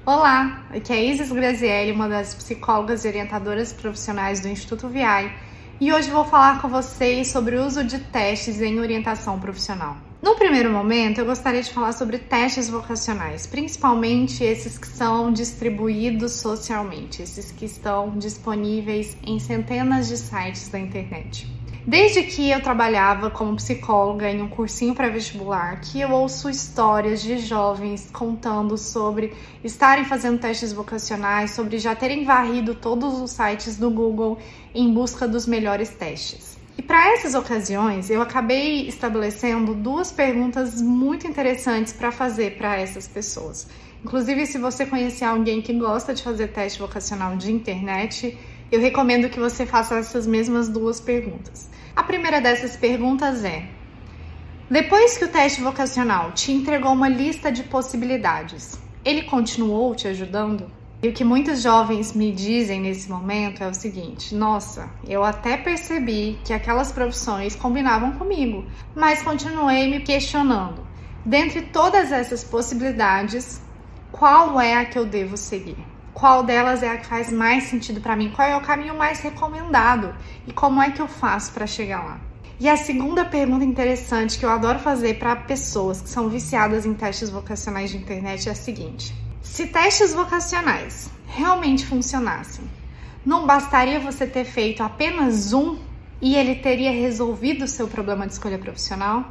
Olá, aqui é a Isis Grazielli, uma das psicólogas e orientadoras profissionais do Instituto VI, e hoje vou falar com vocês sobre o uso de testes em orientação profissional. No primeiro momento, eu gostaria de falar sobre testes vocacionais, principalmente esses que são distribuídos socialmente, esses que estão disponíveis em centenas de sites da internet. Desde que eu trabalhava como psicóloga em um cursinho pré-vestibular, que eu ouço histórias de jovens contando sobre estarem fazendo testes vocacionais, sobre já terem varrido todos os sites do Google em busca dos melhores testes. E para essas ocasiões, eu acabei estabelecendo duas perguntas muito interessantes para fazer para essas pessoas. Inclusive, se você conhecer alguém que gosta de fazer teste vocacional de internet, eu recomendo que você faça essas mesmas duas perguntas. A primeira dessas perguntas é: depois que o teste vocacional te entregou uma lista de possibilidades, ele continuou te ajudando? E o que muitos jovens me dizem nesse momento é o seguinte: nossa, eu até percebi que aquelas profissões combinavam comigo, mas continuei me questionando. Dentre todas essas possibilidades, qual é a que eu devo seguir? Qual delas é a que faz mais sentido para mim? Qual é o caminho mais recomendado? E como é que eu faço para chegar lá? E a segunda pergunta interessante que eu adoro fazer para pessoas que são viciadas em testes vocacionais de internet é a seguinte: se testes vocacionais realmente funcionassem, não bastaria você ter feito apenas um e ele teria resolvido o seu problema de escolha profissional?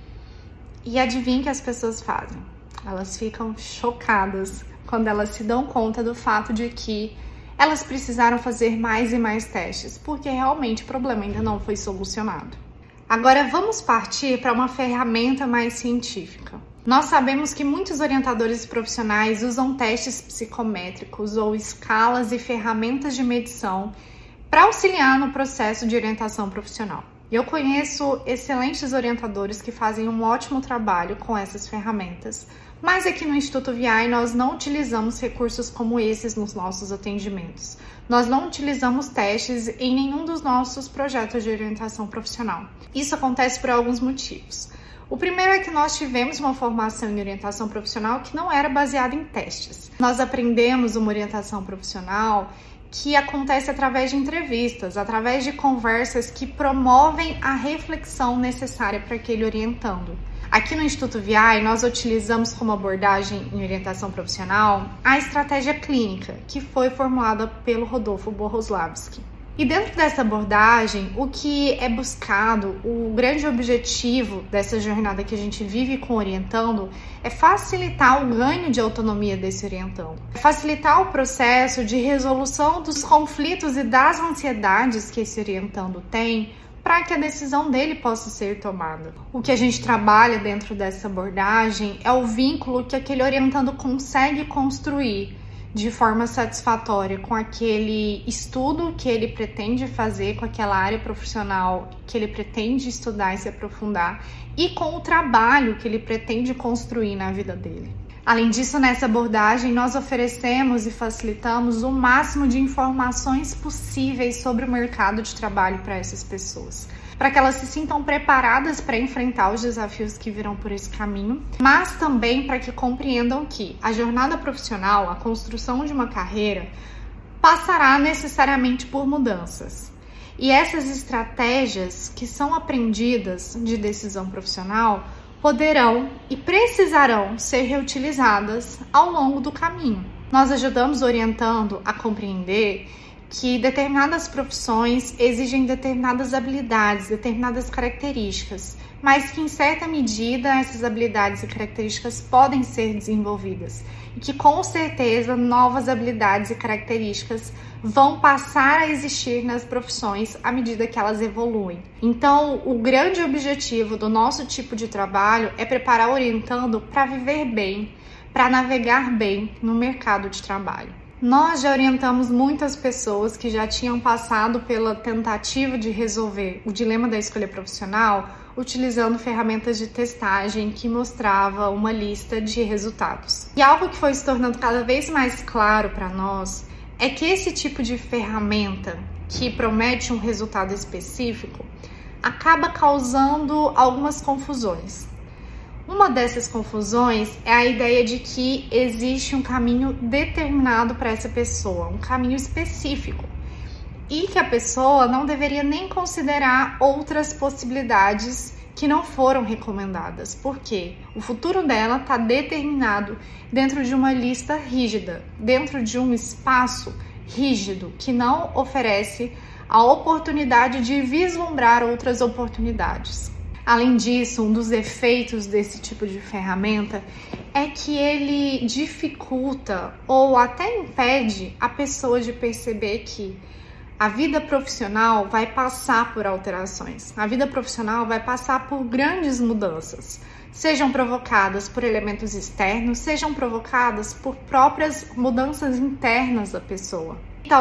E adivinha o que as pessoas fazem? Elas ficam chocadas quando elas se dão conta do fato de que elas precisaram fazer mais e mais testes, porque realmente o problema ainda não foi solucionado. Agora vamos partir para uma ferramenta mais científica. Nós sabemos que muitos orientadores profissionais usam testes psicométricos ou escalas e ferramentas de medição para auxiliar no processo de orientação profissional. Eu conheço excelentes orientadores que fazem um ótimo trabalho com essas ferramentas, mas aqui no Instituto VI nós não utilizamos recursos como esses nos nossos atendimentos. Nós não utilizamos testes em nenhum dos nossos projetos de orientação profissional. Isso acontece por alguns motivos. O primeiro é que nós tivemos uma formação em orientação profissional que não era baseada em testes. Nós aprendemos uma orientação profissional que acontece através de entrevistas, através de conversas que promovem a reflexão necessária para aquele orientando. Aqui no Instituto VI, nós utilizamos como abordagem em orientação profissional a estratégia clínica, que foi formulada pelo Rodolfo Boroslavski. E dentro dessa abordagem, o que é buscado, o grande objetivo dessa jornada que a gente vive com o orientando é facilitar o ganho de autonomia desse orientando, facilitar o processo de resolução dos conflitos e das ansiedades que esse orientando tem, para que a decisão dele possa ser tomada. O que a gente trabalha dentro dessa abordagem é o vínculo que aquele orientando consegue construir de forma satisfatória com aquele estudo que ele pretende fazer, com aquela área profissional que ele pretende estudar e se aprofundar, e com o trabalho que ele pretende construir na vida dele. Além disso, nessa abordagem, nós oferecemos e facilitamos o máximo de informações possíveis sobre o mercado de trabalho para essas pessoas, para que elas se sintam preparadas para enfrentar os desafios que virão por esse caminho, mas também para que compreendam que a jornada profissional, a construção de uma carreira, passará necessariamente por mudanças. E essas estratégias que são aprendidas de decisão profissional poderão e precisarão ser reutilizadas ao longo do caminho. Nós ajudamos orientando a compreender que determinadas profissões exigem determinadas habilidades, determinadas características, mas que em certa medida essas habilidades e características podem ser desenvolvidas e que com certeza novas habilidades e características vão passar a existir nas profissões à medida que elas evoluem. Então, o grande objetivo do nosso tipo de trabalho é preparar o orientando para viver bem, para navegar bem no mercado de trabalho. Nós já orientamos muitas pessoas que já tinham passado pela tentativa de resolver o dilema da escolha profissional utilizando ferramentas de testagem que mostrava uma lista de resultados. E algo que foi se tornando cada vez mais claro para nós é que esse tipo de ferramenta que promete um resultado específico acaba causando algumas confusões. Uma dessas confusões é a ideia de que existe um caminho determinado para essa pessoa, um caminho específico, e que a pessoa não deveria nem considerar outras possibilidades que não foram recomendadas, porque o futuro dela está determinado dentro de uma lista rígida, dentro de um espaço rígido que não oferece a oportunidade de vislumbrar outras oportunidades. Além disso, um dos efeitos desse tipo de ferramenta é que ele dificulta ou até impede a pessoa de perceber que a vida profissional vai passar por alterações. A vida profissional vai passar por grandes mudanças, sejam provocadas por elementos externos, sejam provocadas por próprias mudanças internas da pessoa.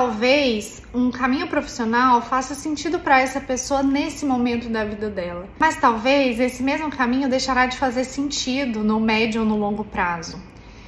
Talvez um caminho profissional faça sentido para essa pessoa nesse momento da vida dela, mas talvez esse mesmo caminho deixará de fazer sentido no médio ou no longo prazo.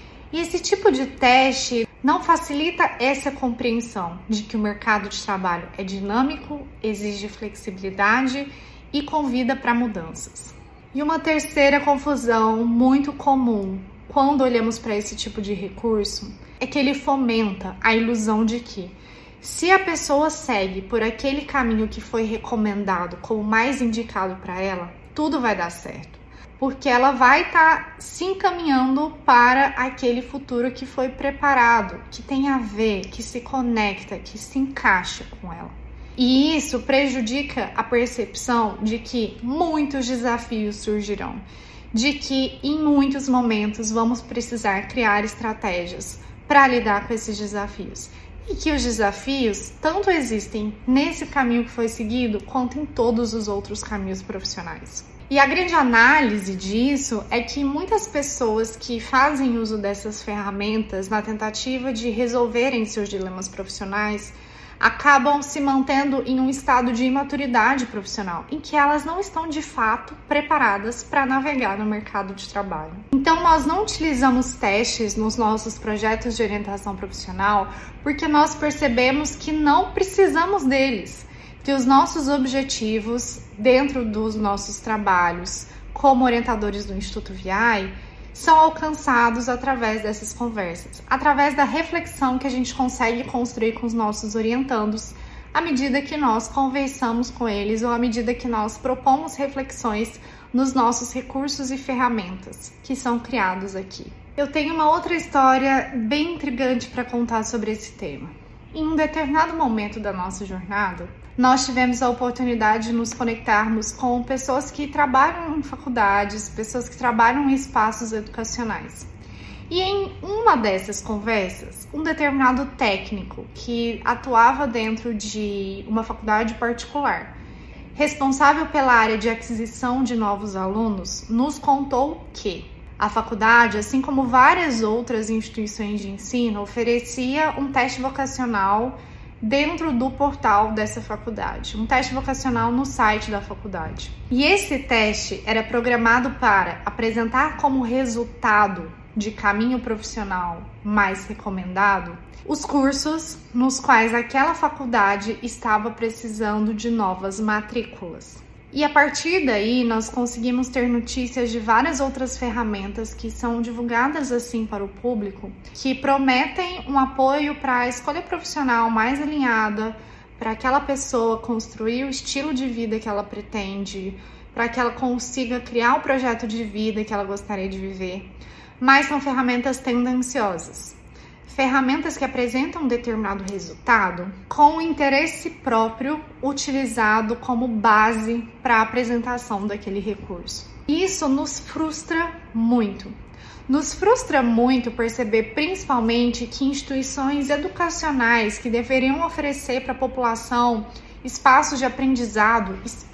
E esse tipo de teste não facilita essa compreensão de que o mercado de trabalho é dinâmico, exige flexibilidade e convida para mudanças. E uma terceira confusão muito comum quando olhamos para esse tipo de recurso é que ele fomenta a ilusão de que, se a pessoa segue por aquele caminho que foi recomendado como mais indicado para ela, tudo vai dar certo, porque ela vai estar se encaminhando para aquele futuro que foi preparado, que tem a ver, que se conecta, que se encaixa com ela. E isso prejudica a percepção de que muitos desafios surgirão, de que em muitos momentos vamos precisar criar estratégias para lidar com esses desafios. E que os desafios tanto existem nesse caminho que foi seguido, quanto em todos os outros caminhos profissionais. E a grande análise disso é que muitas pessoas que fazem uso dessas ferramentas na tentativa de resolverem seus dilemas profissionais acabam se mantendo em um estado de imaturidade profissional, em que elas não estão de fato preparadas para navegar no mercado de trabalho. Então, nós não utilizamos testes nos nossos projetos de orientação profissional porque nós percebemos que não precisamos deles, que os nossos objetivos dentro dos nossos trabalhos como orientadores do Instituto VI são alcançados através dessas conversas, através da reflexão que a gente consegue construir com os nossos orientandos à medida que nós conversamos com eles ou à medida que nós propomos reflexões nos nossos recursos e ferramentas que são criados aqui. Eu tenho uma outra história bem intrigante para contar sobre esse tema. Em um determinado momento da nossa jornada, nós tivemos a oportunidade de nos conectarmos com pessoas que trabalham em faculdades, pessoas que trabalham em espaços educacionais. E em uma dessas conversas, um determinado técnico que atuava dentro de uma faculdade particular, responsável pela área de aquisição de novos alunos, nos contou que a faculdade, assim como várias outras instituições de ensino, oferecia um teste vocacional dentro do portal dessa faculdade, um teste vocacional no site da faculdade. E esse teste era programado para apresentar como resultado de caminho profissional mais recomendado os cursos nos quais aquela faculdade estava precisando de novas matrículas. E a partir daí, nós conseguimos ter notícias de várias outras ferramentas que são divulgadas assim para o público, que prometem um apoio para a escolha profissional mais alinhada, para aquela pessoa construir o estilo de vida que ela pretende, para que ela consiga criar o projeto de vida que ela gostaria de viver. Mas são ferramentas tendenciosas. Ferramentas que apresentam um determinado resultado com o interesse próprio utilizado como base para a apresentação daquele recurso. Isso nos frustra muito. Nos frustra muito perceber principalmente que instituições educacionais que deveriam oferecer para a população espaços de aprendizado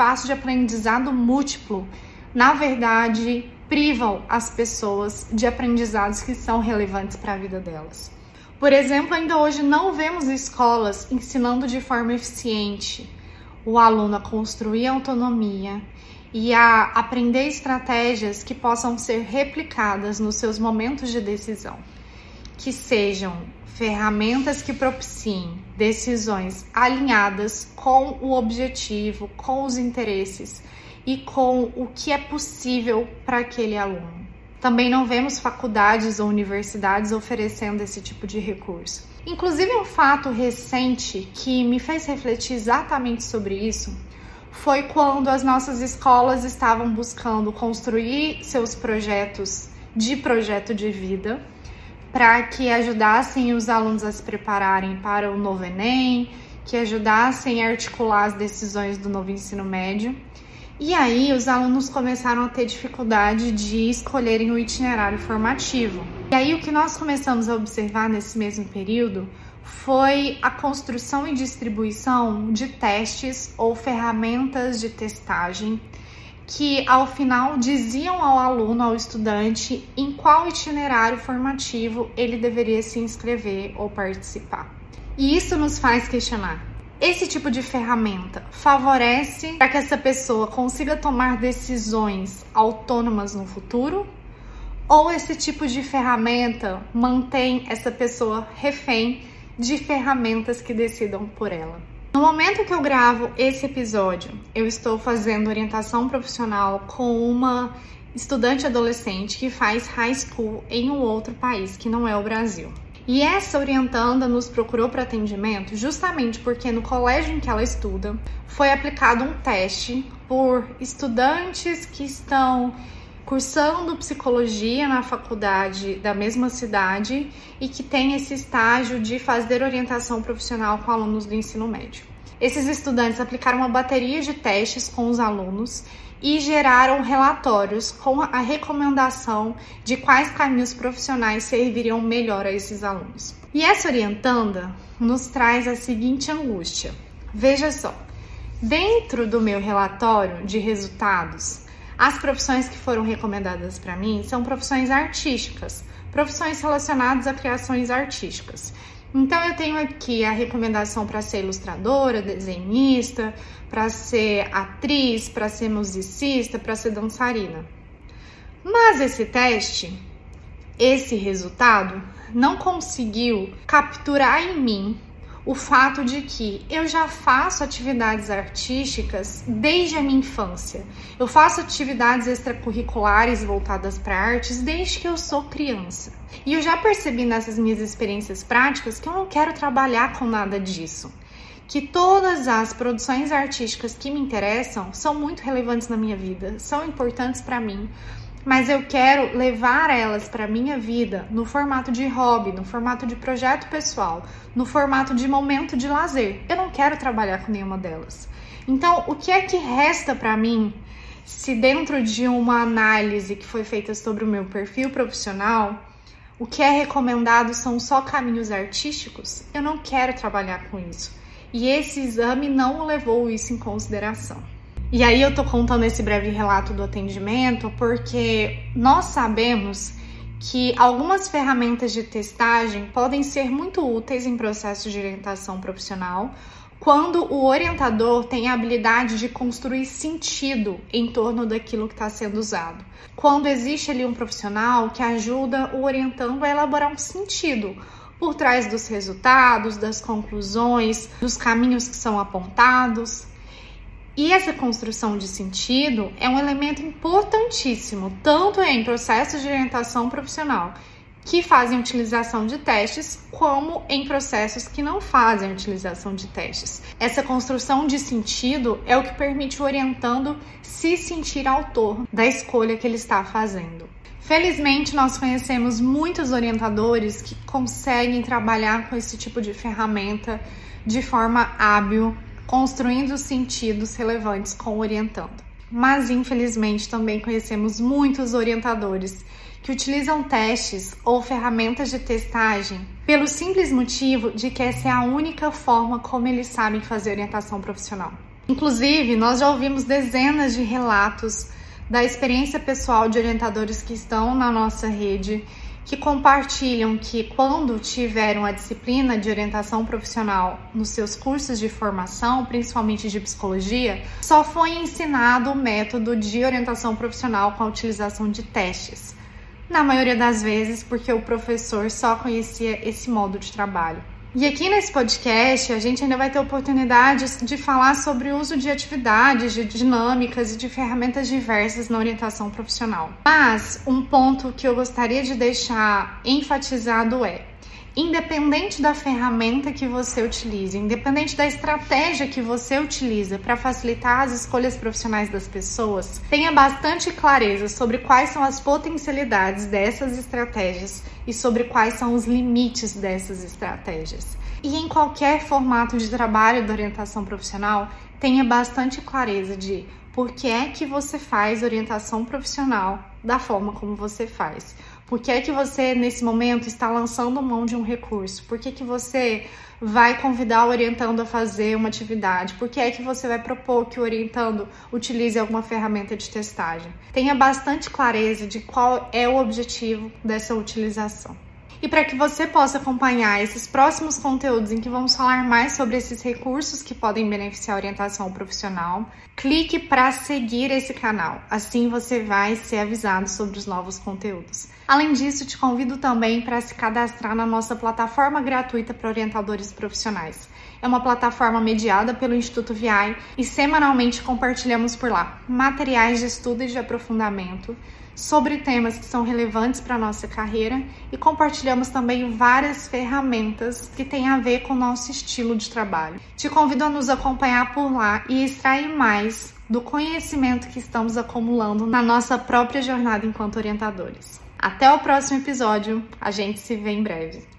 múltiplo, na verdade, privam as pessoas de aprendizados que são relevantes para a vida delas. Por exemplo, ainda hoje não vemos escolas ensinando de forma eficiente o aluno a construir autonomia e a aprender estratégias que possam ser replicadas nos seus momentos de decisão, que sejam ferramentas que propiciem decisões alinhadas com o objetivo, com os interesses e com o que é possível para aquele aluno. Também não vemos faculdades ou universidades oferecendo esse tipo de recurso. Inclusive, um fato recente que me fez refletir exatamente sobre isso foi quando as nossas escolas estavam buscando construir seus projetos de vida para que ajudassem os alunos a se prepararem para o novo Enem, que ajudassem a articular as decisões do novo ensino médio. E aí os alunos começaram a ter dificuldade de escolherem o itinerário formativo. E aí o que nós começamos a observar nesse mesmo período foi a construção e distribuição de testes ou ferramentas de testagem que ao final diziam ao aluno, ao estudante, em qual itinerário formativo ele deveria se inscrever ou participar. E isso nos faz questionar. Esse tipo de ferramenta favorece para que essa pessoa consiga tomar decisões autônomas no futuro? Ou esse tipo de ferramenta mantém essa pessoa refém de ferramentas que decidam por ela? No momento que eu gravo esse episódio, eu estou fazendo orientação profissional com uma estudante adolescente que faz high school em um outro país que não é o Brasil. E essa orientanda nos procurou para atendimento justamente porque no colégio em que ela estuda foi aplicado um teste por estudantes que estão cursando psicologia na faculdade da mesma cidade e que tem esse estágio de fazer orientação profissional com alunos do ensino médio. Esses estudantes aplicaram uma bateria de testes com os alunos e geraram relatórios com a recomendação de quais caminhos profissionais serviriam melhor a esses alunos. E essa orientanda nos traz a seguinte angústia. Veja só, dentro do meu relatório de resultados, as profissões que foram recomendadas para mim são profissões artísticas, profissões relacionadas a criações artísticas. Então eu tenho aqui a recomendação para ser ilustradora, desenhista, para ser atriz, para ser musicista, para ser dançarina. Mas esse teste, esse resultado, não conseguiu capturar em mim o fato de que eu já faço atividades artísticas desde a minha infância. Eu faço atividades extracurriculares voltadas para artes desde que eu sou criança. E eu já percebi nessas minhas experiências práticas que eu não quero trabalhar com nada disso. Que todas as produções artísticas que me interessam são muito relevantes na minha vida, são importantes para mim, mas eu quero levar elas para a minha vida no formato de hobby, no formato de projeto pessoal, no formato de momento de lazer. Eu não quero trabalhar com nenhuma delas. Então, o que é que resta para mim se dentro de uma análise que foi feita sobre o meu perfil profissional, o que é recomendado são só caminhos artísticos? Eu não quero trabalhar com isso. E esse exame não levou isso em consideração. E aí eu tô contando esse breve relato do atendimento porque nós sabemos que algumas ferramentas de testagem podem ser muito úteis em processos de orientação profissional quando o orientador tem a habilidade de construir sentido em torno daquilo que está sendo usado. Quando existe ali um profissional que ajuda o orientando a elaborar um sentido por trás dos resultados, das conclusões, dos caminhos que são apontados. E essa construção de sentido é um elemento importantíssimo, tanto em processos de orientação profissional que fazem utilização de testes, como em processos que não fazem utilização de testes. Essa construção de sentido é o que permite o orientando se sentir autor da escolha que ele está fazendo. Felizmente, nós conhecemos muitos orientadores que conseguem trabalhar com esse tipo de ferramenta de forma hábil, construindo sentidos relevantes com o orientando. Mas, infelizmente, também conhecemos muitos orientadores que utilizam testes ou ferramentas de testagem pelo simples motivo de que essa é a única forma como eles sabem fazer orientação profissional. Inclusive, nós já ouvimos dezenas de relatos da experiência pessoal de orientadores que estão na nossa rede, que compartilham que quando tiveram a disciplina de orientação profissional nos seus cursos de formação, principalmente de psicologia, só foi ensinado o método de orientação profissional com a utilização de testes. Na maioria das vezes, porque o professor só conhecia esse modo de trabalho. E aqui nesse podcast, a gente ainda vai ter oportunidade de falar sobre o uso de atividades, de dinâmicas e de ferramentas diversas na orientação profissional. Mas um ponto que eu gostaria de deixar enfatizado é: independente da ferramenta que você utilize, independente da estratégia que você utiliza para facilitar as escolhas profissionais das pessoas, tenha bastante clareza sobre quais são as potencialidades dessas estratégias e sobre quais são os limites dessas estratégias. E em qualquer formato de trabalho da orientação profissional, tenha bastante clareza de por que é que você faz orientação profissional da forma como você faz. Por que é que você, nesse momento, está lançando mão de um recurso? Por que você vai convidar o orientando a fazer uma atividade? Por que é que você vai propor que o orientando utilize alguma ferramenta de testagem? Tenha bastante clareza de qual é o objetivo dessa utilização. E para que você possa acompanhar esses próximos conteúdos em que vamos falar mais sobre esses recursos que podem beneficiar a orientação profissional, clique para seguir esse canal. Assim você vai ser avisado sobre os novos conteúdos. Além disso, te convido também para se cadastrar na nossa plataforma gratuita para orientadores profissionais. É uma plataforma mediada pelo Instituto VI e semanalmente compartilhamos por lá materiais de estudo e de aprofundamento sobre temas que são relevantes para a nossa carreira e compartilhamos também várias ferramentas que têm a ver com o nosso estilo de trabalho. Te convido a nos acompanhar por lá e extrair mais do conhecimento que estamos acumulando na nossa própria jornada enquanto orientadores. Até o próximo episódio, a gente se vê em breve.